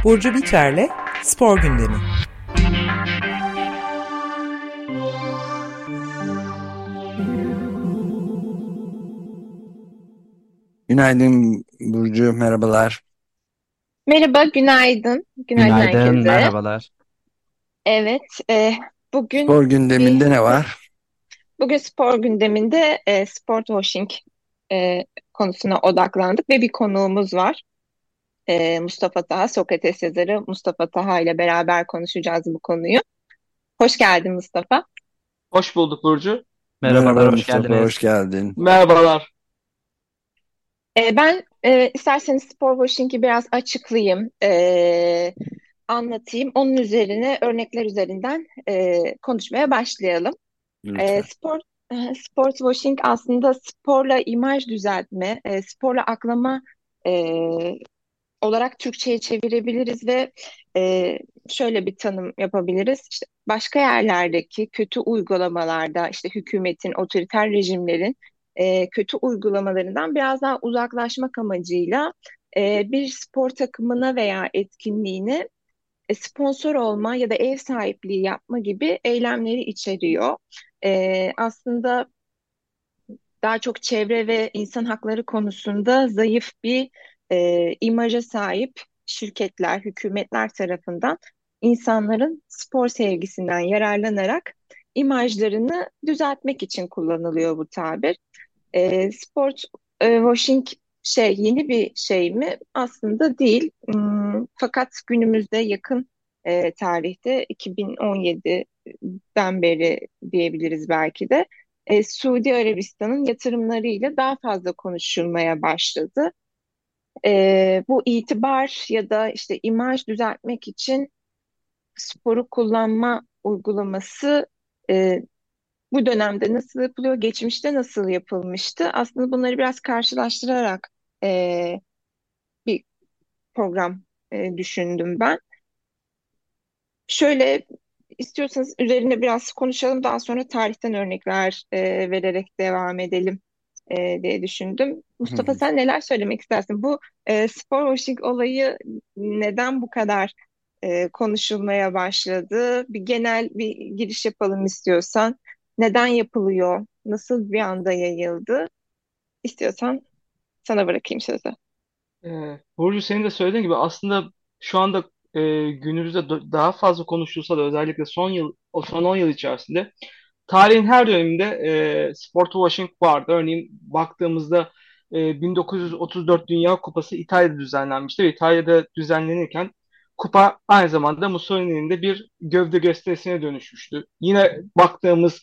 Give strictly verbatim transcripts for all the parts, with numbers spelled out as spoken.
Burcu Biterle Spor Gündemi. Günaydın Burcu, merhabalar. Merhaba, günaydın. Günaydın Günaydın, herkese. merhabalar. Evet, e, bugün Spor bir gündeminde ne var? bugün spor gündeminde e, sport washing e, konusuna odaklandık ve bir konuğumuz var. E, Mustafa Taha, Sokrates yazarı Mustafa Taha ile beraber konuşacağız bu konuyu. Hoş geldin Mustafa. Hoş bulduk Burcu. Merhabalar, Merhaba hoş Mustafa, hoş geldiniz. geldin. Merhabalar. E, ben e, isterseniz spor washing'i biraz açıklayayım, e, anlatayım. Onun üzerine örnekler üzerinden e, konuşmaya başlayalım. E, Lütfen. spor e, Sport washing aslında sporla imaj düzeltme, e, sporla aklama e, olarak Türkçe'ye çevirebiliriz ve e, şöyle bir tanım yapabiliriz. İşte başka yerlerdeki kötü uygulamalarda, işte hükümetin, otoriter rejimlerin e, kötü uygulamalarından biraz daha uzaklaşmak amacıyla e, bir spor takımına veya etkinliğine e, sponsor olma ya da ev sahipliği yapma gibi eylemleri içeriyor. E, aslında daha çok çevre ve insan hakları konusunda zayıf bir e, imaja sahip şirketler, hükümetler tarafından insanların spor sevgisinden yararlanarak imajlarını düzeltmek için kullanılıyor bu tabir. E, sport e, washing şey yeni bir şey mi? Aslında değil. Hmm, fakat günümüzde yakın e, tarihte iki bin on yediden beri diyebiliriz belki de e, Suudi Arabistan'ın yatırımlarıyla daha fazla konuşulmaya başladı. E, bu itibar ya da işte imaj düzeltmek için sporu kullanma uygulaması e, bu dönemde nasıl yapılıyor, geçmişte nasıl yapılmıştı? Aslında bunları biraz karşılaştırarak e, bir program e, düşündüm ben. Şöyle istiyorsanız üzerine biraz konuşalım, daha sonra tarihten örnekler e, vererek devam edelim e, diye düşündüm. Mustafa sen neler söylemek istersin? Bu e, spor washing olayı neden bu kadar e, konuşulmaya başladı? Bir genel bir giriş yapalım istiyorsan. Neden yapılıyor? Nasıl bir anda yayıldı? İstiyorsan sana bırakayım sözü. Ee, Burcu senin de söylediğin gibi aslında şu anda e, günümüzde do- daha fazla konuşulsa da özellikle son yıl, o son on yıl içerisinde tarihin her döneminde e, sport washing vardı. Örneğin baktığımızda e, bin dokuz yüz otuz dört Dünya Kupası İtalya'da düzenlenmişti ve İtalya'da düzenlenirken kupa aynı zamanda Mussolini'nin de bir gövde gösterisine dönüşmüştü. Yine baktığımız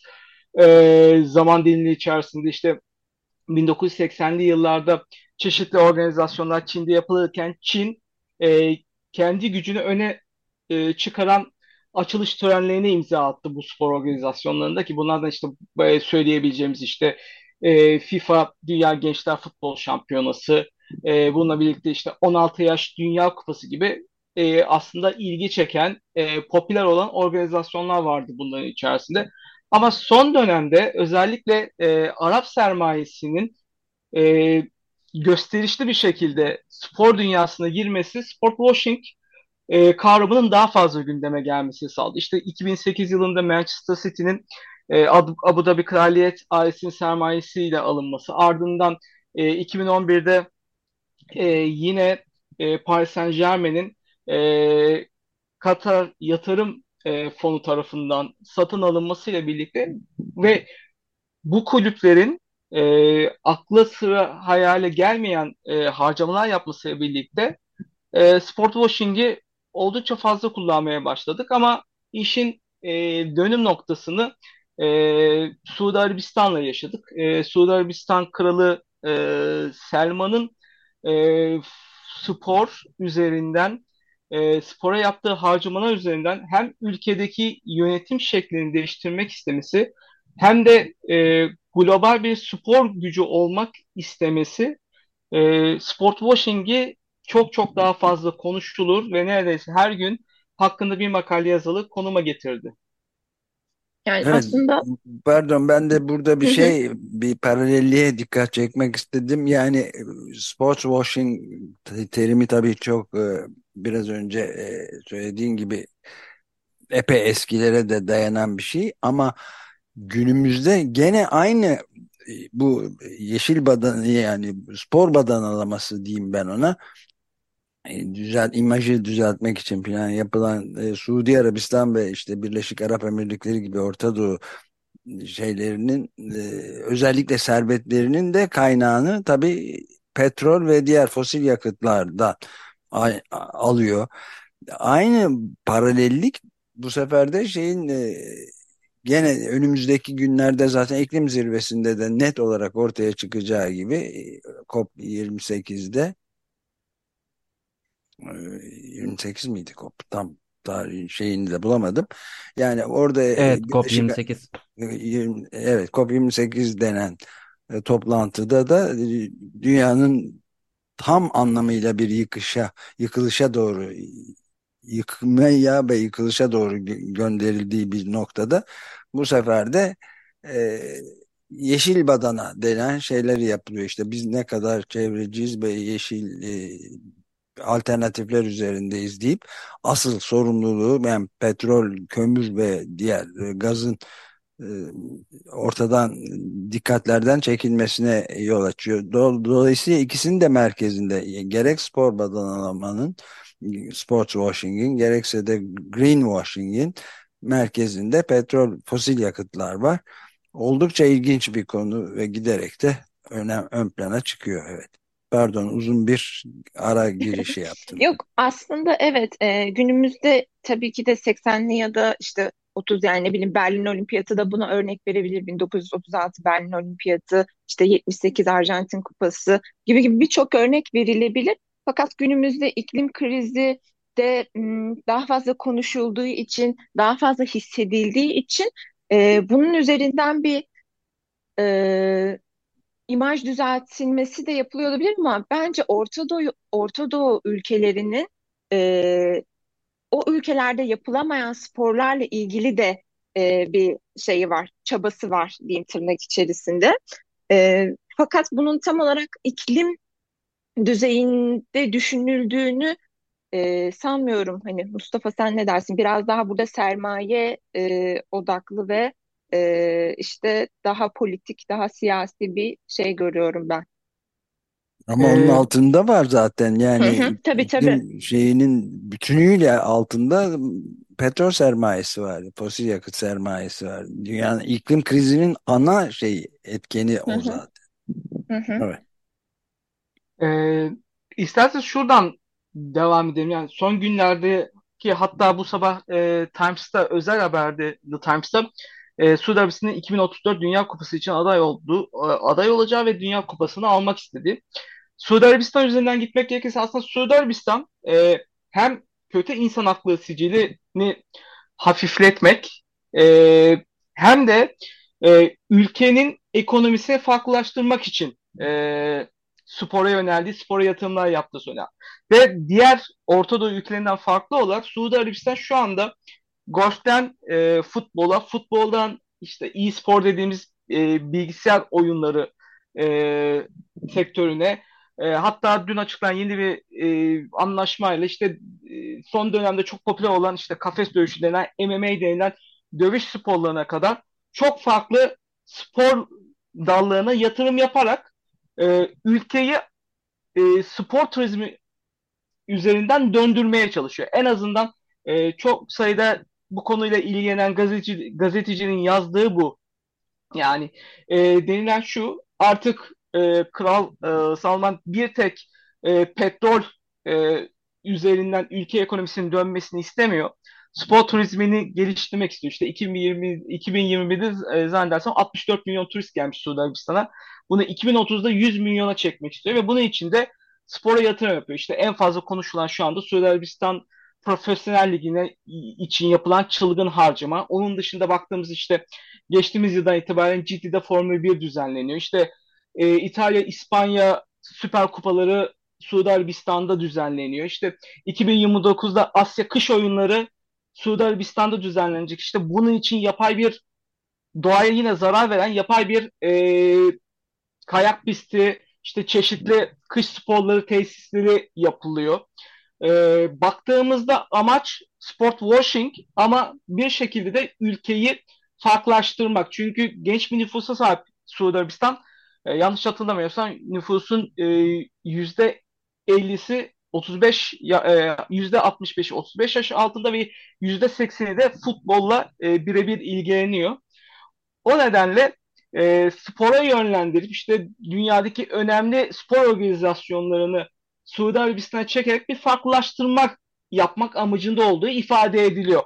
e, zaman dilimi içerisinde işte bin dokuz yüz seksenli yıllarda çeşitli organizasyonlar Çin'de yapılırken Çin e, kendi gücünü öne e, çıkaran açılış törenlerine imza attı bu spor organizasyonlarında ki bunlardan işte e, söyleyebileceğimiz işte e, FIFA Dünya Gençler Futbol Şampiyonası, e, bununla birlikte işte on altı yaş Dünya Kupası gibi e, aslında ilgi çeken, e, popüler olan organizasyonlar vardı bunların içerisinde. Ama son dönemde özellikle e, Arap sermayesinin e, gösterişli bir şekilde spor dünyasına girmesi, sport washing e, kavramının daha fazla gündeme gelmesini sağladı. İşte iki bin sekiz yılında Manchester City'nin e, Abu, Abu Dhabi Kraliyet ailesinin sermayesiyle alınması, ardından e, iki bin on birde e, yine e, Paris Saint-Germain'in e, Katar Yatırım e, Fonu tarafından satın alınmasıyla birlikte ve bu kulüplerin e, akla sıra hayale gelmeyen e, harcamalar yapmasıyla birlikte e, sport washing'i oldukça fazla kullanmaya başladık ama işin e, dönüm noktasını e, Suudi Arabistan'la yaşadık. E, Suudi Arabistan Kralı e, Selman'ın e, spor üzerinden e, spora yaptığı harcamalar üzerinden hem ülkedeki yönetim şeklini değiştirmek istemesi hem de e, global bir spor gücü olmak istemesi e, sport washing'i çok çok daha fazla konuşulur ve neredeyse her gün hakkında bir makale yazılı konuma getirdi. Yani Evet, aslında pardon ben de burada bir hı hı, şey, bir paralelliğe dikkat çekmek istedim. Yani e, sports washing te- terimi tabii çok e, biraz önce e, söylediğin gibi epey eskilere de dayanan bir şey ama günümüzde gene aynı e, bu yeşil badan yani spor badanalaması diyeyim ben ona, e, düzelt imajı düzeltmek için plan yapılan e, Suudi Arabistan ve işte Birleşik Arap Emirlikleri gibi Orta Doğu şeylerinin e, özellikle servetlerinin de kaynağını tabii petrol ve diğer fosil yakıtlardan a- alıyor. Aynı paralellik bu sefer de şeyin e, gene önümüzdeki günlerde zaten iklim zirvesinde de net olarak ortaya çıkacağı gibi e, COP yirmi sekizde e, yirmi sekiz miydi COP? Tam tarihin şeyini de bulamadım. Yani orada e, Evet, Birleşik COP yirmi sekiz. e, yirmi evet COP yirmi sekiz denen e, toplantıda da e, dünyanın tam anlamıyla bir yıkışa, yıkılışa doğru yıkmaya ve yıkılışa doğru gö- gönderildiği bir noktada bu sefer de e, yeşil badana denen şeyleri yapılıyor. İşte biz ne kadar çevreciyiz ve yeşil e, alternatifler üzerindeyiz deyip asıl sorumluluğu yani petrol, kömür ve diğer e, gazın e, ortadan dikkatlerden çekilmesine yol açıyor. Do- Dolayısıyla ikisinin de merkezinde gerek spor badanalanmanın, sports washing'in gerekse de greenwashing'in merkezinde petrol, fosil yakıtlar var. Oldukça ilginç bir konu ve giderek de öne, ön plana çıkıyor. Evet. Pardon, uzun bir ara girişi yaptım. Yok aslında evet, e, günümüzde tabii ki de seksenli ya da işte otuz, yani ne bileyim Berlin Olimpiyatı da buna örnek verebilir. bin dokuz yüz otuz altı Berlin Olimpiyatı, işte yetmiş sekiz Arjantin Kupası gibi gibi birçok örnek verilebilir. Fakat günümüzde iklim krizi de m, daha fazla konuşulduğu için, daha fazla hissedildiği için e, bunun üzerinden bir e, imaj düzeltilmesi de yapılıyor olabilir ama bence Orta Doğu, Orta Doğu ülkelerinin e, o ülkelerde yapılamayan sporlarla ilgili de e, bir şeyi var, çabası var diyeyim tırnak içerisinde. E, fakat bunun tam olarak iklim düzeyinde düşünüldüğünü e, sanmıyorum. Hani Mustafa sen ne dersin? Biraz daha burada sermaye e, odaklı ve e, işte daha politik, daha siyasi bir şey görüyorum ben. Ama onun E, altında var zaten Hı yani hı, tabii tabii. iklim şeyinin bütünüyle altında petrol sermayesi var, fosil yakıt sermayesi var. Dünyanın iklim krizinin ana şey etkeni Hı o hı, zaten. hı hı. Evet. Ee, isterseniz şuradan devam edelim. Yani son günlerde ki hatta bu sabah e, Times'ta özel haberde The Times'ta e, Suudi Arabistan'ın iki bin otuz dört Dünya Kupası için aday olduğu, e, aday olacağı ve Dünya Kupası'nı almak istedi. Suudi Arabistan üzerinden gitmek gerekirse aslında Suudi Arabistan e, hem kötü insan hakları sicilini hafifletmek e, hem de e, ülkenin ekonomisini farklılaştırmak için e, spora yöneldi, spora yatırımlar yaptı sonra. Ve diğer Orta Doğu ülkelerinden farklı olarak Suudi Arabistan şu anda golften e, futbola, futboldan işte e-spor dediğimiz e, bilgisayar oyunları e, sektörüne, e, hatta dün açıklanan yeni bir e, anlaşmayla işte e, son dönemde çok popüler olan işte kafes dövüşü denen M M A denilen dövüş sporlarına kadar çok farklı spor dallarına yatırım yaparak e, ülkeyi e, spor turizmi üzerinden döndürmeye çalışıyor. En azından e, çok sayıda bu konuyla ilgilenen gazeteci, gazetecinin yazdığı bu. Yani e, denilen şu, artık e, Kral e, Salman bir tek e, petrol e, üzerinden ülke ekonomisinin dönmesini istemiyor. Spor turizmini geliştirmek istiyor. İşte iki bin yirmi, iki bin yirmi birde e, zannedersem altmış dört milyon turist gelmiş Suudi Arabistan'a. Bunu iki bin otuzda yüz milyona çekmek istiyor ve bunun için de spora yatırım yapıyor. İşte en fazla konuşulan şu anda Suudi Arabistan Profesyonel Ligi'ne için yapılan çılgın harcama. Onun dışında baktığımız işte geçtiğimiz yıldan itibaren ciddi de Formula bir düzenleniyor. İşte e, İtalya, İspanya Süper Kupaları Suudi Arabistan'da düzenleniyor. İşte iki bin yirmi dokuzda Asya Kış Oyunları Suudi Arabistan'da düzenlenecek. İşte bunun için yapay bir doğaya yine zarar veren yapay bir e, kayak pisti, işte çeşitli kış sporları tesisleri yapılıyor. e, baktığımızda amaç sport washing ama bir şekilde de ülkeyi farklılaştırmak. Çünkü genç bir nüfusa sahip Suudi Arabistan. E, yanlış hatırlamıyorsam nüfusun e, yüzde ellisi otuz beş ya- e, yüzde altmış beşi otuz beş yaş altında ve yüzde sekseni de futbolla e, birebir ilgileniyor. O nedenle e, spora yönlendirip işte dünyadaki önemli spor organizasyonlarını Suudi Arabistan'a çekerek bir farklılaştırmak yapmak amacında olduğu ifade ediliyor.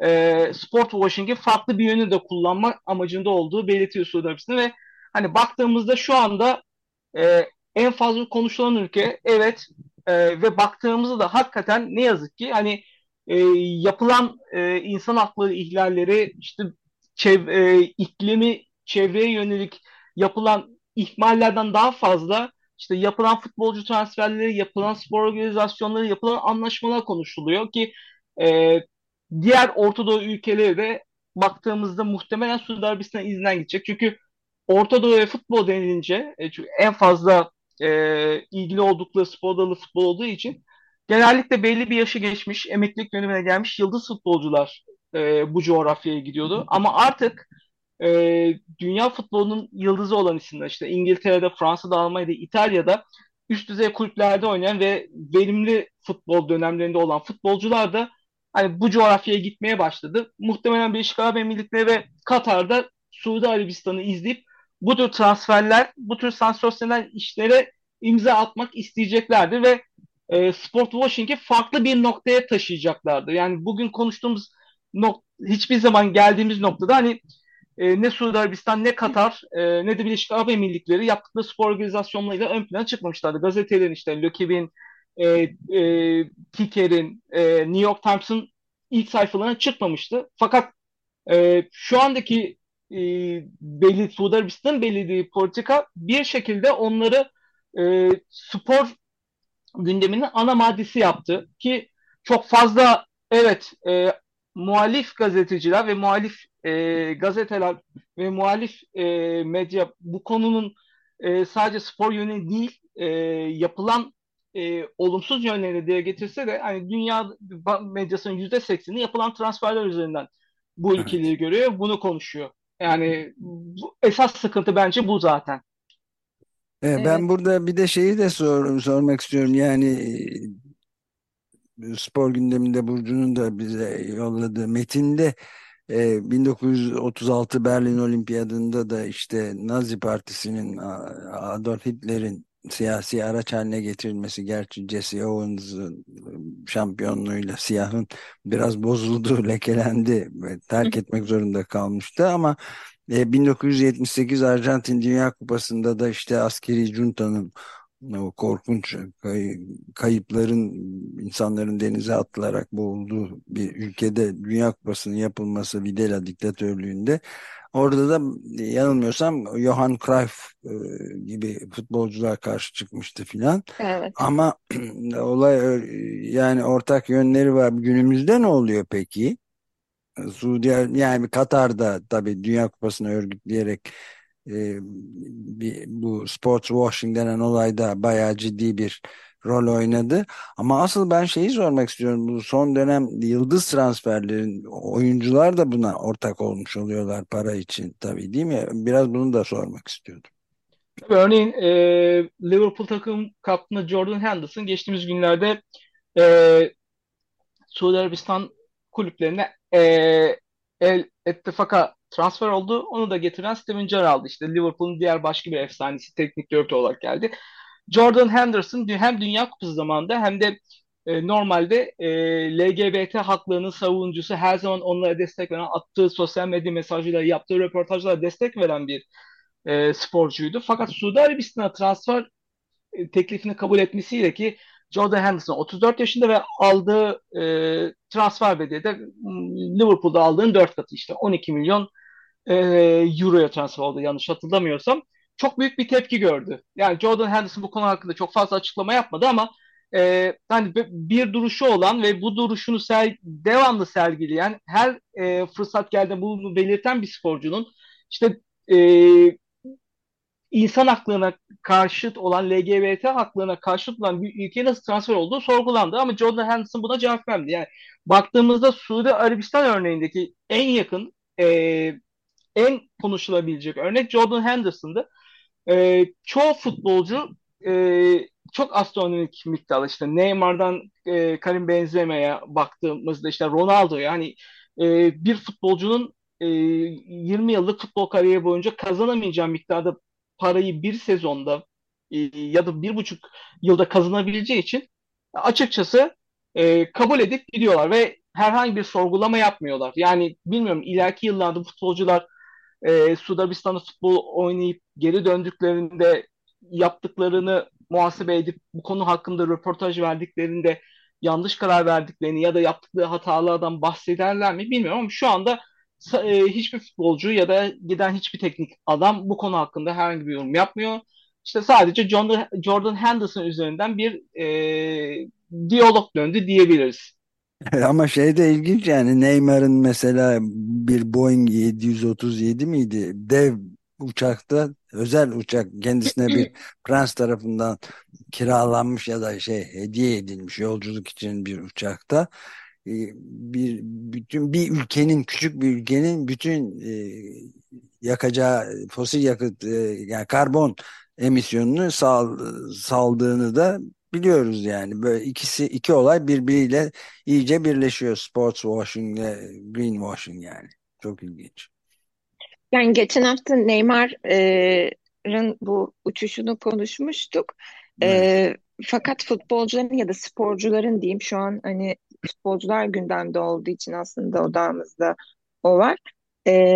E, sport washing'i farklı bir yönü de kullanmak amacında olduğu belirtiyor Suudi Arabistan ve hani baktığımızda şu anda e, en fazla konuşulan ülke, evet. E, ve baktığımızda da hakikaten ne yazık ki hani e, yapılan e, insan hakları ihlalleri, işte çev e, iklimi, çevreye yönelik yapılan ihmallerden daha fazla işte yapılan futbolcu transferleri, yapılan spor organizasyonları, yapılan anlaşmalar konuşuluyor ki e, diğer Orta Doğu ülkeleri de baktığımızda muhtemelen Suudi Arabistan'a izinden gidecek. Çünkü Orta Doğu'ya futbol denilince e, çünkü en fazla e, ilgili oldukları spor dalı futbol olduğu için genellikle belli bir yaşı geçmiş, emeklilik dönemine gelmiş yıldız futbolcular e, bu coğrafyaya gidiyordu. Ama artık e, dünya futbolunun yıldızı olan isimler işte İngiltere'de, Fransa'da, Almanya'da, İtalya'da üst düzey kulüplerde oynayan ve verimli futbol dönemlerinde olan futbolcular da hani bu coğrafyaya gitmeye başladı. Muhtemelen Birleşik Arap Emirlikleri ve Katar'da Suudi Arabistan'ı izleyip bu tür transferler, bu tür sansasyonel işlere imza atmak isteyeceklerdir ve e, sport washing'i farklı bir noktaya taşıyacaklardır. Yani bugün konuştuğumuz nok hiçbir zaman geldiğimiz noktada hani e, ne Suudi Arabistan, ne Katar, e, ne de Birleşik Arap Emirlikleri yaptıkları spor organizasyonlarıyla ön plana çıkmamışlardı. Gazetelerin işte Lökib'in, e, e, Kicker'in, e, New York Times'ın ilk sayfalarına çıkmamıştı. Fakat e, şu andaki e, belli, Suudi Arabistan'ın belirlediği politika bir şekilde onları e, spor gündeminin ana maddesi yaptı ki çok fazla, evet, e, muhalif gazeteciler ve muhalif e, gazeteler ve muhalif e, medya bu konunun e, sadece spor yönü değil e, yapılan e, olumsuz yönlerini dile getirse de hani dünya medyasının yüzde sekseni yapılan transferler üzerinden bu Evet. ülkeleri görüyor, bunu konuşuyor. Yani bu, esas sıkıntı bence bu zaten. E, ben Evet. burada bir de şeyi de sor, sormak istiyorum. Yani e, spor gündeminde Burcu'nun da bize yolladığı metinde e, bin dokuz yüz otuz altı Berlin Olimpiyadında da işte Nazi Partisi'nin a- Adolf Hitler'in siyasi araç haline getirilmesi, gerçi Jesse Owens'ın şampiyonluğuyla siyahın biraz bozuldu, lekelendi ve terk etmek zorunda kalmıştı ama e, bin dokuz yüz yetmiş sekiz Arjantin Dünya Kupası'nda da işte askeri juntanın o korkunç kay- kayıpların, insanların denize atılarak boğulduğu bir ülkede Dünya Kupası'nın yapılması, Videla diktatörlüğünde, orada da yanılmıyorsam Johan Cruyff e, gibi futbolcular karşı çıkmıştı filan. Evet. Ama olay ö- yani ortak yönleri var. Günümüzde ne oluyor peki? Suudi Ar- yani Katar'da tabii Dünya Kupası'nı örgütleyerek e, bir, bu sports washing denen olayda bayağı ciddi bir rol oynadı. Ama asıl ben şeyi sormak istiyorum. Bu son dönem yıldız transferlerin oyuncular da buna ortak olmuş oluyorlar para için tabii, değil mi? Biraz bunu da sormak istiyordum. Tabii örneğin e, Liverpool takım kaptanı Jordan Henderson geçtiğimiz günlerde e, Suudi Arabistan kulüplerine e, El Ettifak'a transfer oldu. Onu da getiren Steven Gerrard, işte Liverpool'un diğer başka bir efsanesi, teknik direktör olarak geldi. Jordan Henderson hem Dünya Kupası zamanında hem de e, normalde e, L G B T haklarının savunucusu, her zaman onlara destek veren, attığı sosyal medya mesajıyla, yaptığı röportajlara destek veren bir e, sporcuydu. Fakat Suudi Arabistan'a transfer e, teklifini kabul etmesiyle ki Jordan Henderson otuz dört yaşında ve aldığı e, transfer bedeli de m, Liverpool'da aldığın dört katı, işte on iki milyon e, euroya transfer oldu yanlış hatırlamıyorsam. Çok büyük bir tepki gördü. Yani Jordan Henderson bu konu hakkında çok fazla açıklama yapmadı ama e, hani bir duruşu olan ve bu duruşunu ser, devamlı sergileyen, her e, fırsat geldiğinde bunu belirten bir sporcunun işte e, insan haklarına karşıt olan L G B T haklarına karşıt olan bir ülkeye nasıl transfer olduğu sorgulandı ama Jordan Henderson buna cevap vermedi. Yani baktığımızda Suudi Arabistan örneğindeki en yakın e, en konuşulabilecek örnek Jordan Henderson'dı. E, çoğu futbolcu e, çok astronomik miktarda işte Neymar'dan e, Karim Benzema'ya baktığımızda işte Ronaldo yani e, bir futbolcunun e, yirmi yıllık futbol kariyeri boyunca kazanamayacağı miktarda parayı bir sezonda e, ya da bir buçuk yılda kazanabileceği için açıkçası e, kabul edip gidiyorlar ve herhangi bir sorgulama yapmıyorlar. Yani bilmiyorum ileriki yıllarda futbolcular e, Suudi Arabistan'da futbol oynayıp geri döndüklerinde yaptıklarını muhasebe edip bu konu hakkında röportaj verdiklerinde yanlış karar verdiklerini ya da yaptıkları hatalardan bahsederler mi bilmiyorum ama şu anda e, hiçbir futbolcu ya da giden hiçbir teknik adam bu konu hakkında herhangi bir yorum yapmıyor. İşte sadece John, Jordan Henderson üzerinden bir e, diyalog döndü diyebiliriz. Ama şey de ilginç yani Neymar'ın mesela bir Boeing yedi yüz otuz yedi miydi? Dev uçakta özel uçak kendisine bir prens tarafından kiralanmış ya da şey hediye edilmiş yolculuk için bir uçakta e, bir bütün bir ülkenin küçük bir ülkenin bütün e, yakacağı fosil yakıt e, yani karbon emisyonunu sal, saldığını da biliyoruz yani böyle ikisi iki olay birbiriyle iyice birleşiyor sports washing ile green washing yani çok ilginç. Yani geçen hafta Neymar'ın bu uçuşunu konuşmuştuk. Evet. E, fakat futbolcuların ya da sporcuların diyeyim şu an hani futbolcular gündemde olduğu için aslında odamızda o var. E,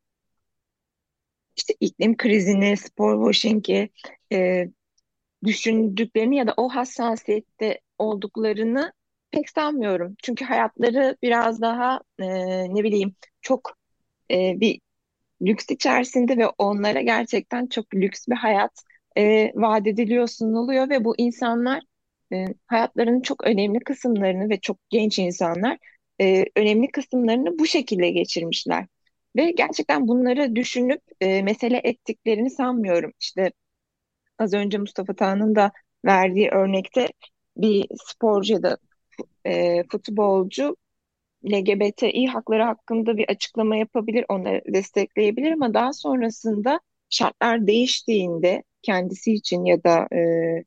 işte iklim krizini, spor washing'i e, düşündüklerini ya da o hassasiyette olduklarını pek sanmıyorum. Çünkü hayatları biraz daha e, ne bileyim çok e, bir lüks içerisinde ve onlara gerçekten çok lüks bir hayat e, vaat ediliyor, sunuluyor ve bu insanlar e, hayatlarının çok önemli kısımlarını ve çok genç insanlar e, önemli kısımlarını bu şekilde geçirmişler. Ve gerçekten bunları düşünüp e, mesele ettiklerini sanmıyorum. İşte az önce Mustafa Tan'ın da verdiği örnekte bir sporcu ya da e, futbolcu L G B T İ hakları hakkında bir açıklama yapabilir, onları destekleyebilir ama daha sonrasında şartlar değiştiğinde kendisi için ya da e,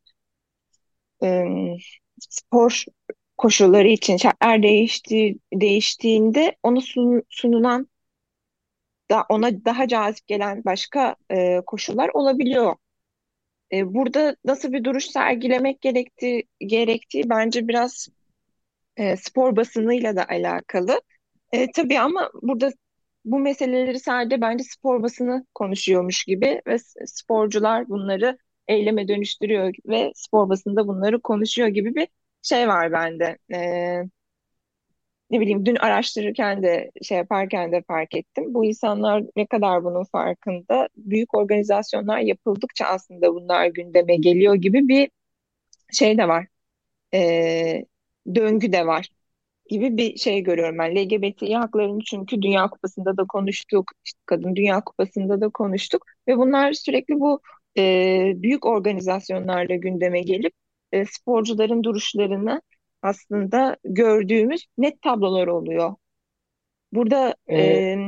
e, spor koşulları için şartlar değişti, değiştiğinde onu sun- sunulan da ona daha cazip gelen başka e, koşullar olabiliyor. E, burada nasıl bir duruş sergilemek gerektiği, gerektiği bence biraz e, spor basınıyla da alakalı. E, tabii ama burada bu meseleleri sadece bence spor basını konuşuyormuş gibi ve s- sporcular bunları eyleme dönüştürüyor ve spor basında bunları konuşuyor gibi bir şey var bende. E, ne bileyim dün araştırırken de şey yaparken de fark ettim. Bu insanlar ne kadar bunun farkında. Büyük organizasyonlar yapıldıkça aslında bunlar gündeme geliyor gibi bir şey de var. E, döngü de var gibi bir şey görüyorum ben. L G B T İ haklarını çünkü Dünya Kupası'nda da konuştuk, işte Kadın Dünya Kupası'nda da konuştuk ve bunlar sürekli bu e, büyük organizasyonlarla gündeme gelip e, sporcuların duruşlarını aslında gördüğümüz net tablolar oluyor. Burada E, e,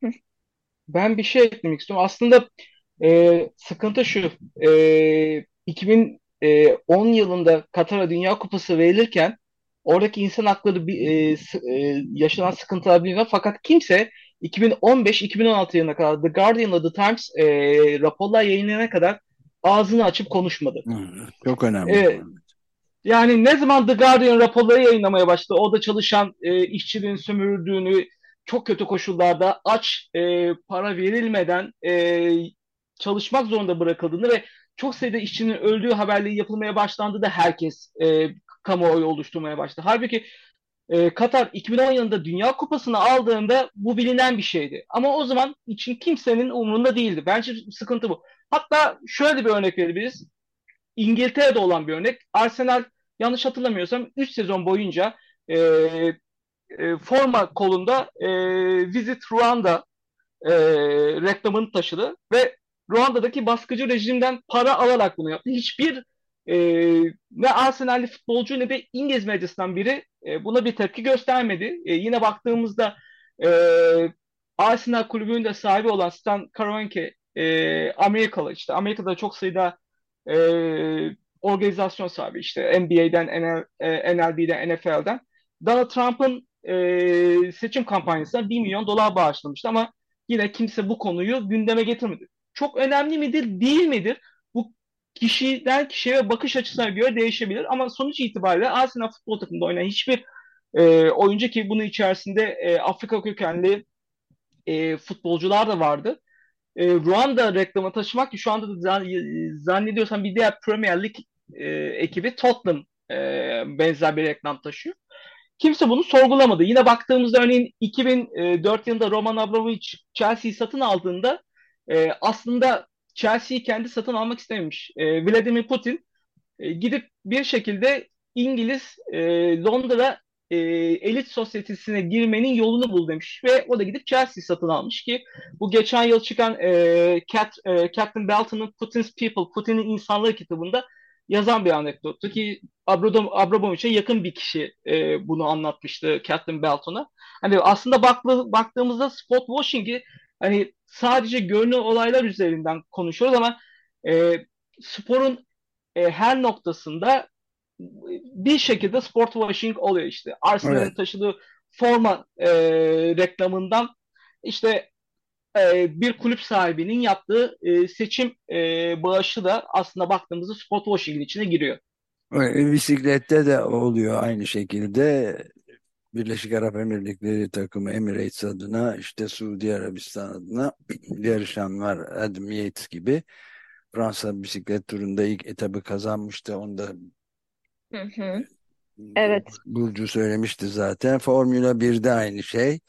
Ben bir şey eklemek istiyorum. Aslında e, sıkıntı şu. E, iki bin on yılında Katar'a Dünya Kupası verilirken oradaki insan hakları bir, e, s- e, yaşanan sıkıntılar biliniyor. Fakat kimse iki bin on beş-iki bin on altı yılına kadar The Guardian'la The Times e, raporlar yayınlayana kadar ağzını açıp konuşmadı. Hı, çok önemli E, bu. Yani ne zaman The Guardian raporları yayınlamaya başladı, orada çalışan e, işçinin sömürüldüğünü, çok kötü koşullarda aç e, para verilmeden e, çalışmak zorunda bırakıldığını ve çok sayıda işçinin öldüğü haberleri yapılmaya başlandı da herkes e, kamuoyu oluşturmaya başladı. Halbuki e, Katar iki bin on yılında Dünya Kupası'nı aldığında bu bilinen bir şeydi. Ama o zaman için kimsenin umurunda değildi. Bence sıkıntı bu. Hatta şöyle bir örnek verebiliriz. İngiltere'de olan bir örnek. Arsenal yanlış hatırlamıyorsam üç sezon boyunca e, e, forma kolunda e, Visit Rwanda e, reklamını taşıdı ve Ruanda'daki baskıcı rejimden para alarak bunu yaptı. Hiçbir e, ne Arsenal'li futbolcu ne de İngiliz medyasından biri e, buna bir tepki göstermedi. E, yine baktığımızda e, Arsenal kulübünün de sahibi olan Stan Kroenke e, Amerikalı, işte Amerika'da çok sayıda e, organizasyon sahibi, işte N B A'den, N L, e, N L B'den, N F L'den Donald Trump'ın e, seçim kampanyasına bir milyon dolar bağışlamıştı ama yine kimse bu konuyu gündeme getirmedi. Çok önemli midir, değil midir? Bu kişiden kişiye bakış açısına göre değişebilir ama sonuç itibariyle Arsenal futbol takımında oynayan hiçbir e, oyuncu, ki bunun içerisinde e, Afrika kökenli e, futbolcular da vardı. E, Ruanda reklamı taşımak, ki şu anda da zan- zannediyorsam bir diğer Premier Lig e, ekibi Tottenham e, benzer bir reklam taşıyor. Kimse bunu sorgulamadı. Yine baktığımızda örneğin iki bin dört yılında Roman Abramovich Chelsea'yi satın aldığında e, aslında Chelsea'yi kendi satın almak istememiş. E, Vladimir Putin e, gidip bir şekilde İngiliz e, Londra e, elit sosyetesine girmenin yolunu bul demiş ve o da gidip Chelsea satın almış, ki bu geçen yıl çıkan e, Cat, e, Captain Belton'un Putin's People, Putin'in İnsanlığı kitabında yazan bir anekdottu, ki Abradom, Abramovich'e yakın bir kişi e, bunu anlatmıştı Captain Belton'a. Hani aslında baklı, baktığımızda spot washing'i hani sadece görünen olaylar üzerinden konuşuyoruz ama e, sporun e, her noktasında bir şekilde sport washing oluyor işte. Arsenal'in Evet. taşıdığı forma e, reklamından işte e, bir kulüp sahibinin yaptığı e, seçim e, bağışı da aslında baktığımızda sport washing'in içine giriyor. Evet, bisiklette de oluyor aynı şekilde. Birleşik Arap Emirlikleri takımı Emirates adına, işte Suudi Arabistan adına yarışan var. Adam Yates gibi. Fransa bisiklet turunda ilk etabı kazanmıştı. Onu da Hı hı. Evet. Burcu söylemişti zaten. Formula birde aynı şey.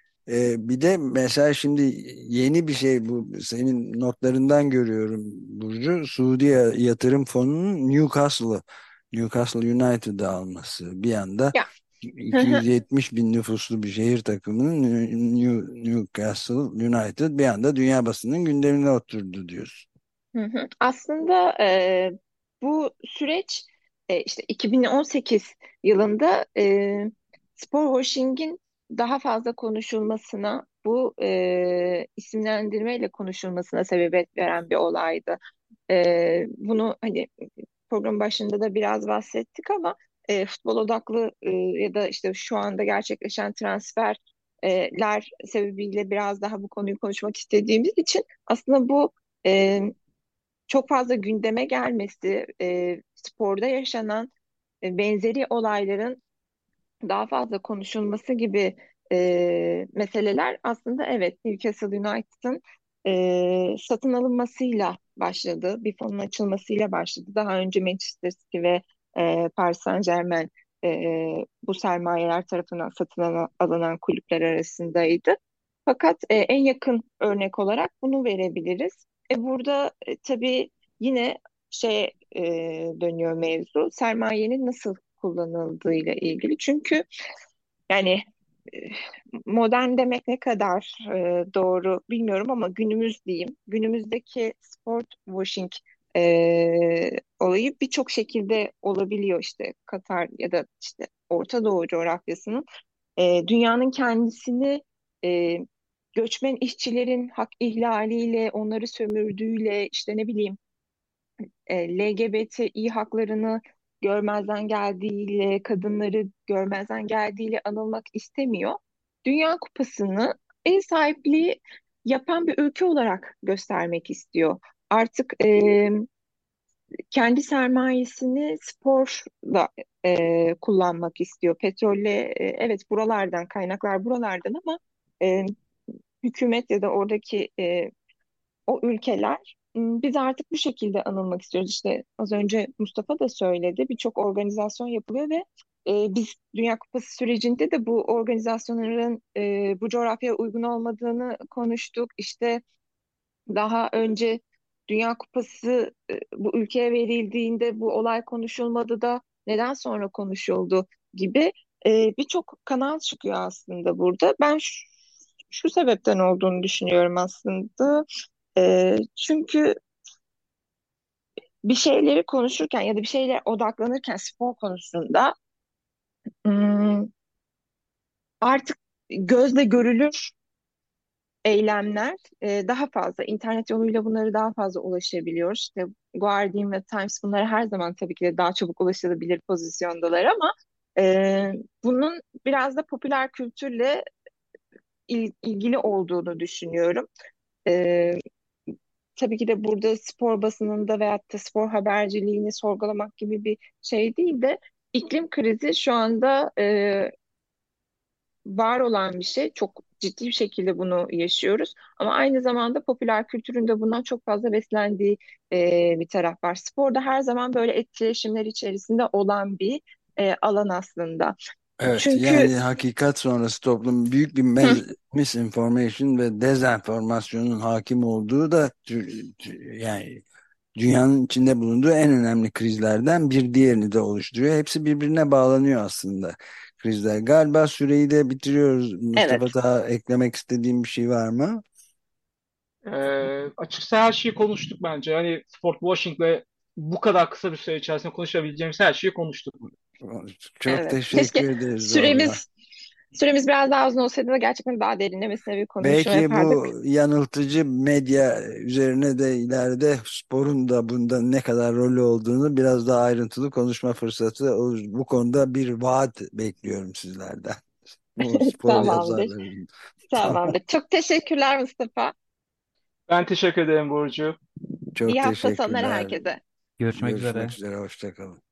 Ee, bir de mesela şimdi yeni bir şey, bu senin notlarından görüyorum Burcu. Suudi Yatırım Fonu'nun Newcastle'ı Newcastle United'ı alması bir anda, Ya. Hı hı. iki yüz yetmiş bin nüfuslu bir şehir takımının New- Newcastle United bir anda dünya basının gündemine oturdu diyorsun. Hı hı. Aslında e, bu süreç e, işte iki bin on sekiz yılında e, spor washing'in daha fazla konuşulmasına, bu e, isimlendirmeyle konuşulmasına sebebiyet veren bir olaydı. E, bunu hani program başında da biraz bahsettik ama e, futbol odaklı e, ya da işte şu anda gerçekleşen transferler sebebiyle biraz daha bu konuyu konuşmak istediğimiz için aslında bu e, çok fazla gündeme gelmesi, e, sporda yaşanan e, benzeri olayların daha fazla konuşulması gibi e, meseleler aslında evet Newcastle United'ın e, satın alınmasıyla başladı. Bir fonun açılmasıyla başladı. Daha önce Manchester City ve e, Paris Saint-Germain e, bu sermayeler tarafından satın al- alınan kulüpler arasındaydı. Fakat e, en yakın örnek olarak bunu verebiliriz. E, burada e, tabii yine şey e, dönüyor mevzu, sermayenin nasıl kullanıldığıyla ilgili. Çünkü yani e, modern demek ne kadar e, doğru bilmiyorum ama günümüz diyeyim. Günümüzdeki sport washing e, olayı birçok şekilde olabiliyor, işte Katar ya da işte Orta Doğu coğrafyasının e, dünyanın kendisini e, göçmen işçilerin hak ihlaliyle, onları sömürdüğüyle, işte ne bileyim e, L G B T İ haklarını görmezden geldiğiyle, kadınları görmezden geldiğiyle anılmak istemiyor. Dünya Kupası'nı ev sahipliği yapan bir ülke olarak göstermek istiyor. Artık e, kendi sermayesini sporla e, kullanmak istiyor. Petrolle, e, evet buralardan, kaynaklar buralardan ama e, hükümet ya da oradaki e, o ülkeler, "Hmm, biz artık bu şekilde anılmak istiyoruz." İşte az önce Mustafa da söyledi. Birçok organizasyon yapılıyor ve e, biz Dünya Kupası sürecinde de bu organizasyonların e, bu coğrafyaya uygun olmadığını konuştuk. İşte daha önce Dünya Kupası e, bu ülkeye verildiğinde bu olay konuşulmadı da neden sonra konuşuldu gibi e, birçok kanal çıkıyor aslında burada. Ben şu, şu sebepten olduğunu düşünüyorum aslında. E, çünkü bir şeyleri konuşurken ya da bir şeylere odaklanırken spor konusunda hmm, artık gözle görülür eylemler e, daha fazla. İnternet yoluyla bunları daha fazla ulaşabiliyoruz. İşte Guardian ve Times bunlara her zaman tabii ki de daha çabuk ulaşılabilir pozisyondalar ama e, bunun biraz da popüler kültürle il- ilgili olduğunu düşünüyorum. E, tabii ki de burada spor basınında veyahut da spor haberciliğini sorgulamak gibi bir şey değil de iklim krizi şu anda e, var olan bir şey. Çok ciddi bir şekilde bunu yaşıyoruz. Ama aynı zamanda popüler kültürün de bundan çok fazla beslendiği e, bir taraf var. Sporda her zaman böyle etkileşimler içerisinde olan bir e, alan aslında. Evet, Çünkü yani hakikat sonrası toplum büyük bir hı, mez- misinformation ve dezenformasyonun hakim olduğu da tü- tü- yani dünyanın içinde bulunduğu en önemli krizlerden bir diğerini de oluşturuyor. Hepsi birbirine bağlanıyor aslında krizler. Galiba süreyi de bitiriyoruz. Mustafa, evet. daha eklemek istediğim bir şey var mı? Ee, açıkçası her şeyi konuştuk bence. Yani sport washing ve bu kadar kısa bir süre içerisinde konuşabileceğimiz her şeyi konuştuk. Çok Evet. Keşke teşekkür ederiz valla. süremiz süremiz biraz daha uzun olsaydı da gerçekten daha derinlemesine bir konuşma Belki yapardık. bu yanıltıcı medya üzerine de ileride sporun da bunda ne kadar rolü olduğunu biraz daha ayrıntılı konuşma fırsatı olur. Bu konuda bir vaat bekliyorum sizlerden. Bu spor Tamamdır. yazarlarının. Tamam. Tamamdır. Çok teşekkürler Mustafa. Ben teşekkür ederim Burcu. Çok İyi hafta sonları teşekkürler. herkese. Görüşmek Görüşmek üzere. üzere. Hoşça kalın.